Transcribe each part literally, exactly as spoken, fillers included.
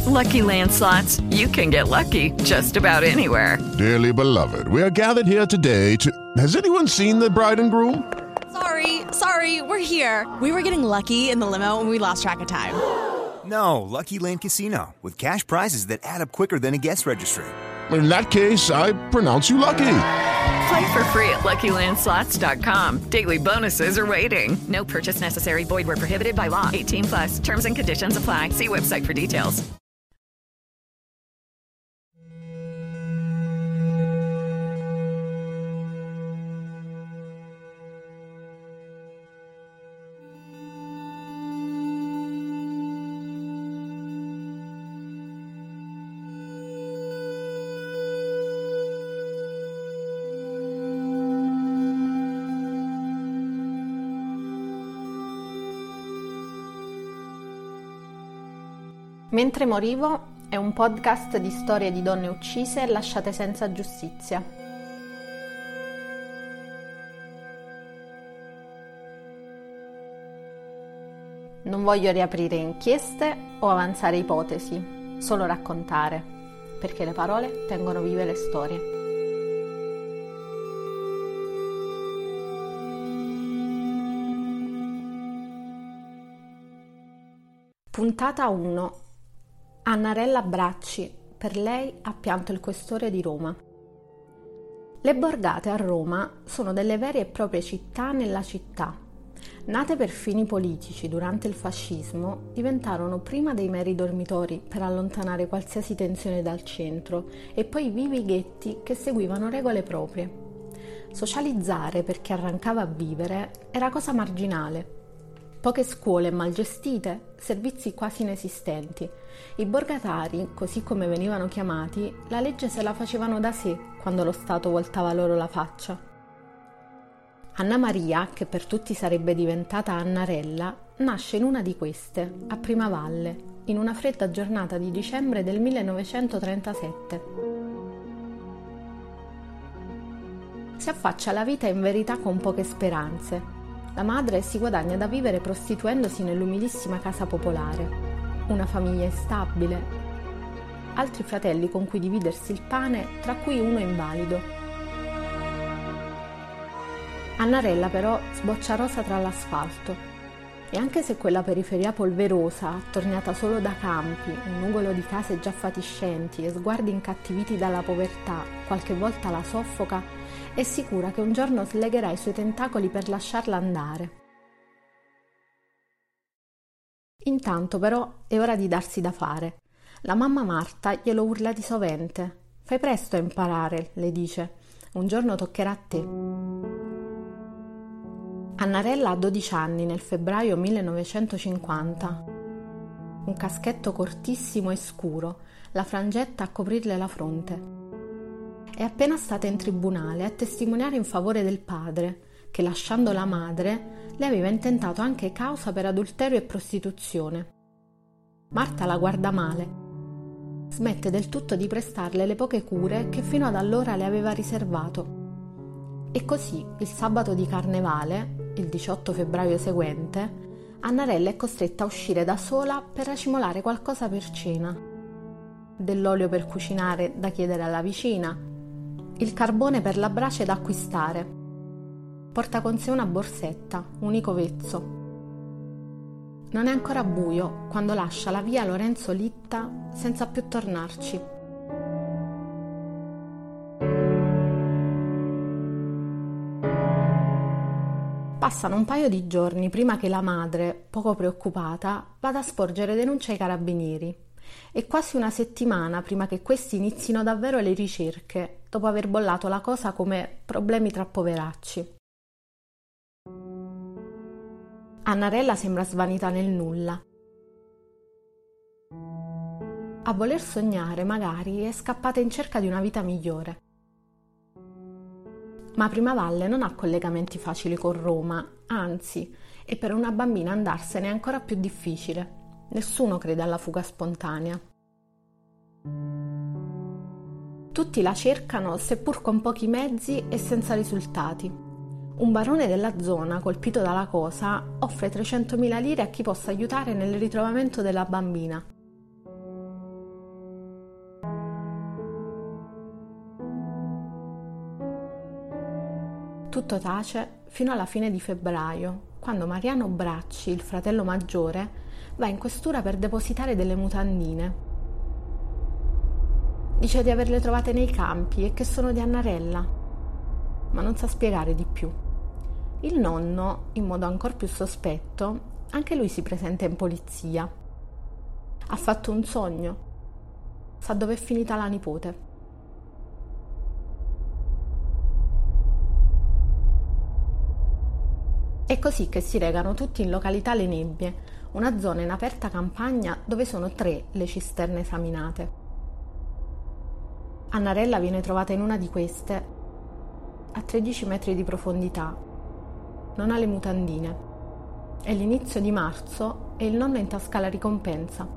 Lucky Land Slots, you can get lucky just about anywhere. Dearly beloved, we are gathered here today to... Has anyone seen the bride and groom? Sorry, sorry, we're here. We were getting lucky in the limo and we lost track of time. No, Lucky Land Casino, with cash prizes that add up quicker than a guest registry. In that case, I pronounce you lucky. Play for free at Lucky Land Slots dot com. Daily bonuses are waiting. No purchase necessary. Void where prohibited by law. eighteen plus. Terms and conditions apply. See website for details. Mentre morivo è un podcast di storie di donne uccise e lasciate senza giustizia. Non voglio riaprire inchieste o avanzare ipotesi, solo raccontare, perché le parole tengono vive le storie. Puntata uno. Annarella Bracci, per lei ha pianto il questore di Roma. Le borgate a Roma sono delle vere e proprie città nella città. Nate per fini politici durante il fascismo, diventarono prima dei meri dormitori per allontanare qualsiasi tensione dal centro e poi vivi ghetti che seguivano regole proprie. Socializzare per chi arrancava a vivere era cosa marginale. Poche scuole mal gestite, servizi quasi inesistenti. I borgatari, così come venivano chiamati, la legge se la facevano da sé quando lo Stato voltava loro la faccia. Anna Maria, che per tutti sarebbe diventata Annarella, nasce in una di queste, a Primavalle, in una fredda giornata di dicembre del millenovecentotrentasette. Si affaccia alla vita in verità con poche speranze. La madre si guadagna da vivere prostituendosi nell'umilissima casa popolare. Una famiglia instabile. Altri fratelli con cui dividersi il pane, tra cui uno invalido. Annarella però sboccia rosa tra l'asfalto. E anche se quella periferia polverosa, attorniata solo da campi, un nugolo di case già fatiscenti e sguardi incattiviti dalla povertà, qualche volta la soffoca, è sicura che un giorno slegherà i suoi tentacoli per lasciarla andare. Intanto però è ora di darsi da fare. La mamma Marta glielo urla di sovente. Fai presto a imparare, le dice. Un giorno toccherà a te. Annarella ha dodici anni nel febbraio millenovecentocinquanta. Un caschetto cortissimo e scuro, la frangetta a coprirle la fronte. È appena stata in tribunale a testimoniare in favore del padre, che lasciando la madre le aveva intentato anche causa per adulterio e prostituzione. Marta la guarda male. Smette del tutto di prestarle le poche cure che fino ad allora le aveva riservato. E così, il sabato di Carnevale, il diciotto febbraio seguente, Annarella è costretta a uscire da sola per racimolare qualcosa per cena. Dell'olio per cucinare da chiedere alla vicina, il carbone per la brace da acquistare. Porta con sé una borsetta, unico vezzo. Non è ancora buio quando lascia la via Lorenzo Litta senza più tornarci. Passano un paio di giorni prima che la madre, poco preoccupata, vada a sporgere denuncia ai carabinieri e quasi una settimana prima che questi inizino davvero le ricerche, dopo aver bollato la cosa come problemi tra poveracci. Annarella sembra svanita nel nulla. A voler sognare, magari, è scappata in cerca di una vita migliore. Ma Primavalle non ha collegamenti facili con Roma, anzi, e per una bambina andarsene è ancora più difficile. Nessuno crede alla fuga spontanea. Tutti la cercano, seppur con pochi mezzi e senza risultati. Un barone della zona, colpito dalla cosa, offre trecentomila lire a chi possa aiutare nel ritrovamento della bambina. Tutto tace fino alla fine di febbraio, quando Mariano Bracci, il fratello maggiore, va in questura per depositare delle mutandine. Dice di averle trovate nei campi e che sono di Annarella, ma non sa spiegare di più. Il nonno, in modo ancora più sospetto, anche lui si presenta in polizia. Ha fatto un sogno, sa dove è finita la nipote. È così che si recano tutti in località Le Nebbie, una zona in aperta campagna dove sono tre le cisterne esaminate. Annarella viene trovata in una di queste, a tredici metri di profondità. Non ha le mutandine. È l'inizio di marzo e il nonno intasca la ricompensa.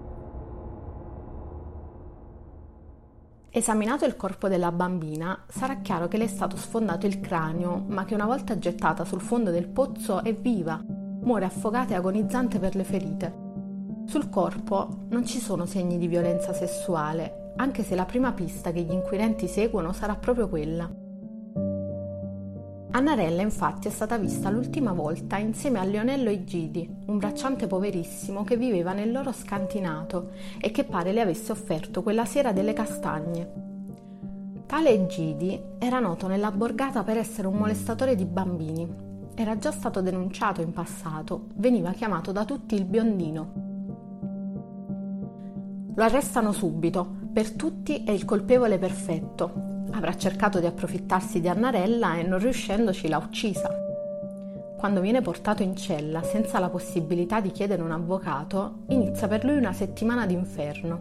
Esaminato il corpo della bambina, sarà chiaro che le è stato sfondato il cranio, ma che una volta gettata sul fondo del pozzo è viva, muore affogata e agonizzante per le ferite. Sul corpo non ci sono segni di violenza sessuale, anche se la prima pista che gli inquirenti seguono sarà proprio quella. Annarella infatti è stata vista l'ultima volta insieme a Leonello Egidi, un bracciante poverissimo che viveva nel loro scantinato e che pare le avesse offerto quella sera delle castagne. Tale Egidi era noto nella borgata per essere un molestatore di bambini. Era già stato denunciato in passato, veniva chiamato da tutti il biondino. Lo arrestano subito, per tutti è il colpevole perfetto. Avrà cercato di approfittarsi di Annarella e non riuscendoci l'ha uccisa. Quando viene portato in cella senza la possibilità di chiedere un avvocato, inizia per lui una settimana d'inferno.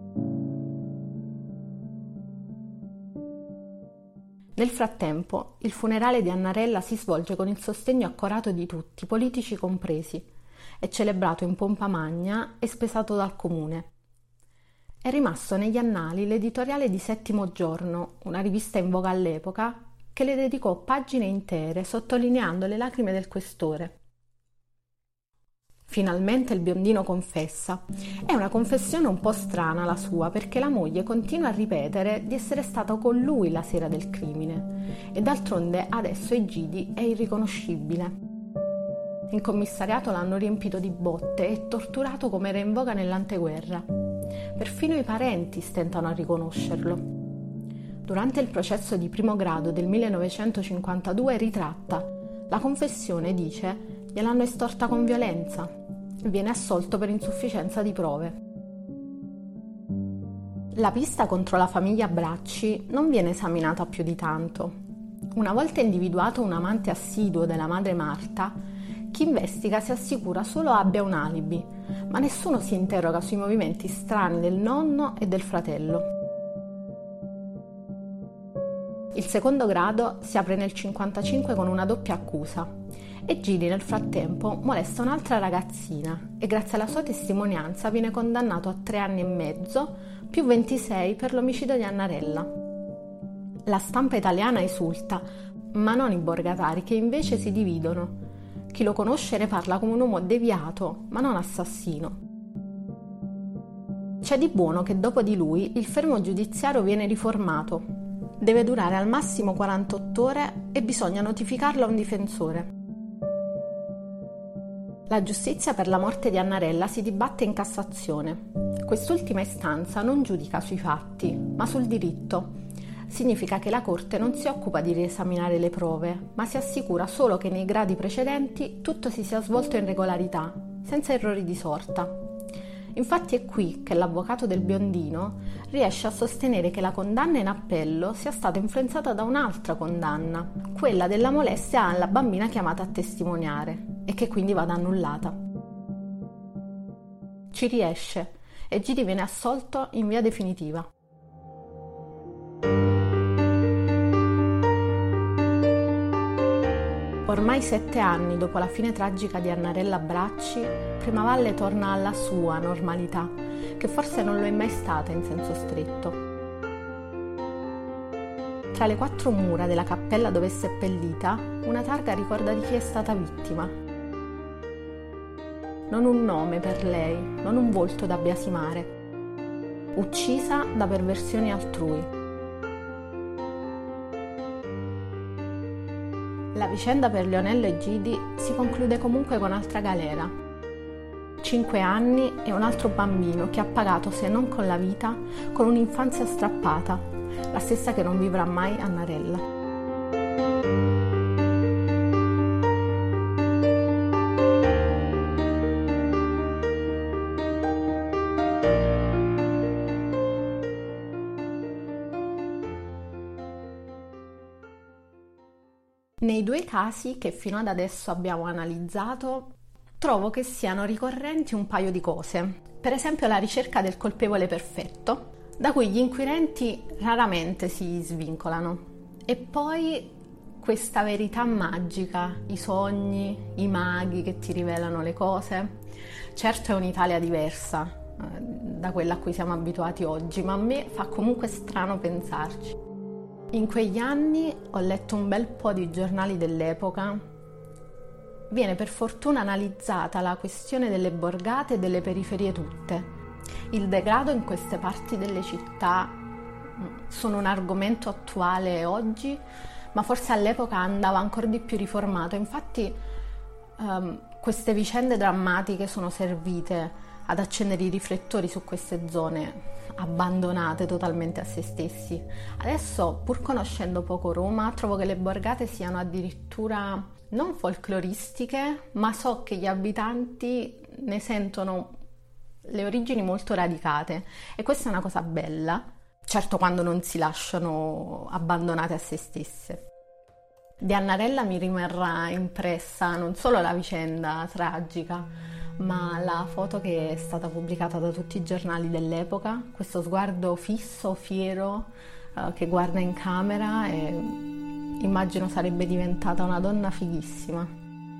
Nel frattempo, il funerale di Annarella si svolge con il sostegno accorato di tutti, politici compresi. È celebrato in pompa magna e spesato dal comune. È rimasto negli annali l'editoriale di Settimo Giorno, una rivista in voga all'epoca, che le dedicò pagine intere sottolineando le lacrime del questore. Finalmente il biondino confessa. È una confessione un po' strana la sua, perché la moglie continua a ripetere di essere stata con lui la sera del crimine e d'altronde adesso Egidi è irriconoscibile. In commissariato l'hanno riempito di botte e torturato come era in voga nell'anteguerra. Perfino i parenti stentano a riconoscerlo. Durante il processo di primo grado del millenovecentocinquantadue ritratta. La confessione dice gliel'hanno estorta con violenza e viene assolto per insufficienza di prove. La pista contro la famiglia Bracci non viene esaminata più di tanto. Una volta individuato un amante assiduo della madre Marta, chi investiga si assicura solo abbia un alibi, ma nessuno si interroga sui movimenti strani del nonno e del fratello. Il secondo grado si apre nel cinquantacinque con una doppia accusa. Egidi nel frattempo molesta un'altra ragazzina e grazie alla sua testimonianza viene condannato a tre anni e mezzo più ventisei per l'omicidio di Annarella. La stampa italiana esulta, ma non i borgatari che invece si dividono. Chi lo conosce ne parla come un uomo deviato, ma non assassino. C'è di buono che dopo di lui il fermo giudiziario viene riformato. Deve durare al massimo quarantotto ore e bisogna notificarlo a un difensore. La giustizia per la morte di Annarella si dibatte in Cassazione. Quest'ultima istanza non giudica sui fatti, ma sul diritto. Significa che la Corte non si occupa di riesaminare le prove, ma si assicura solo che nei gradi precedenti tutto si sia svolto in regolarità, senza errori di sorta. Infatti è qui che l'avvocato del biondino riesce a sostenere che la condanna in appello sia stata influenzata da un'altra condanna, quella della molestia alla bambina chiamata a testimoniare, e che quindi vada annullata. Ci riesce e Gidi viene assolto in via definitiva. Ormai sette anni dopo la fine tragica di Annarella Bracci, Primavalle torna alla sua normalità, che forse non lo è mai stata in senso stretto. Tra le quattro mura della cappella dove è seppellita, una targa ricorda di chi è stata vittima. Non un nome per lei, non un volto da biasimare. Uccisa da perversioni altrui. La vicenda per Leonello e Gidi si conclude comunque con altra galera. Cinque anni e un altro bambino che ha pagato, se non con la vita, con un'infanzia strappata, la stessa che non vivrà mai Annarella. Nei due casi che fino ad adesso abbiamo analizzato, trovo che siano ricorrenti un paio di cose. Per esempio la ricerca del colpevole perfetto, da cui gli inquirenti raramente si svincolano. E poi questa verità magica, i sogni, i maghi che ti rivelano le cose. Certo è un'Italia diversa eh, da quella a cui siamo abituati oggi, ma a me fa comunque strano pensarci. In quegli anni ho letto un bel po' di giornali dell'epoca. Viene per fortuna analizzata la questione delle borgate e delle periferie tutte. Il degrado in queste parti delle città sono un argomento attuale oggi, ma forse all'epoca andava ancora di più riformato. Infatti um, queste vicende drammatiche sono servite ad accendere i riflettori su queste zone abbandonate totalmente a se stessi. Adesso, pur conoscendo poco Roma, trovo che le borgate siano addirittura non folcloristiche, ma so che gli abitanti ne sentono le origini molto radicate e questa è una cosa bella, certo quando non si lasciano abbandonate a se stesse. Di Annarella mi rimarrà impressa non solo la vicenda tragica, ma la foto che è stata pubblicata da tutti i giornali dell'epoca, questo sguardo fisso, fiero, eh, che guarda in camera e immagino sarebbe diventata una donna fighissima.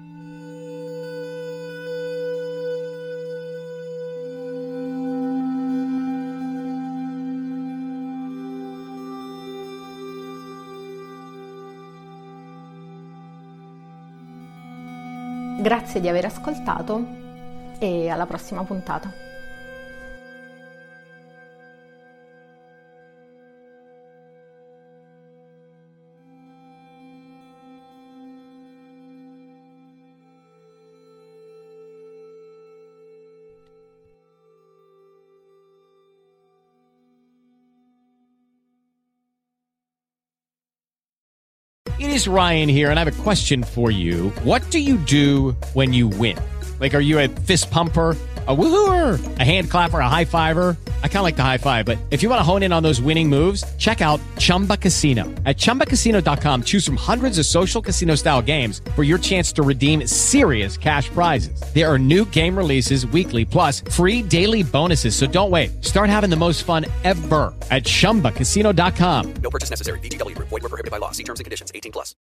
Grazie di aver ascoltato e alla prossima puntata. It is Ryan here, and I have a question for you. What do you do when you win? Like, are you a fist pumper, a woohooer, a hand clapper, a high fiver? I kind of like the high five, but if you want to hone in on those winning moves, check out Chumba Casino. At chumba casino dot com, choose from hundreds of social casino style games for your chance to redeem serious cash prizes. There are new game releases weekly, plus free daily bonuses. So don't wait. Start having the most fun ever at chumba casino dot com. No purchase necessary. V G W Group. Void where prohibited by law. See terms and conditions. eighteen plus.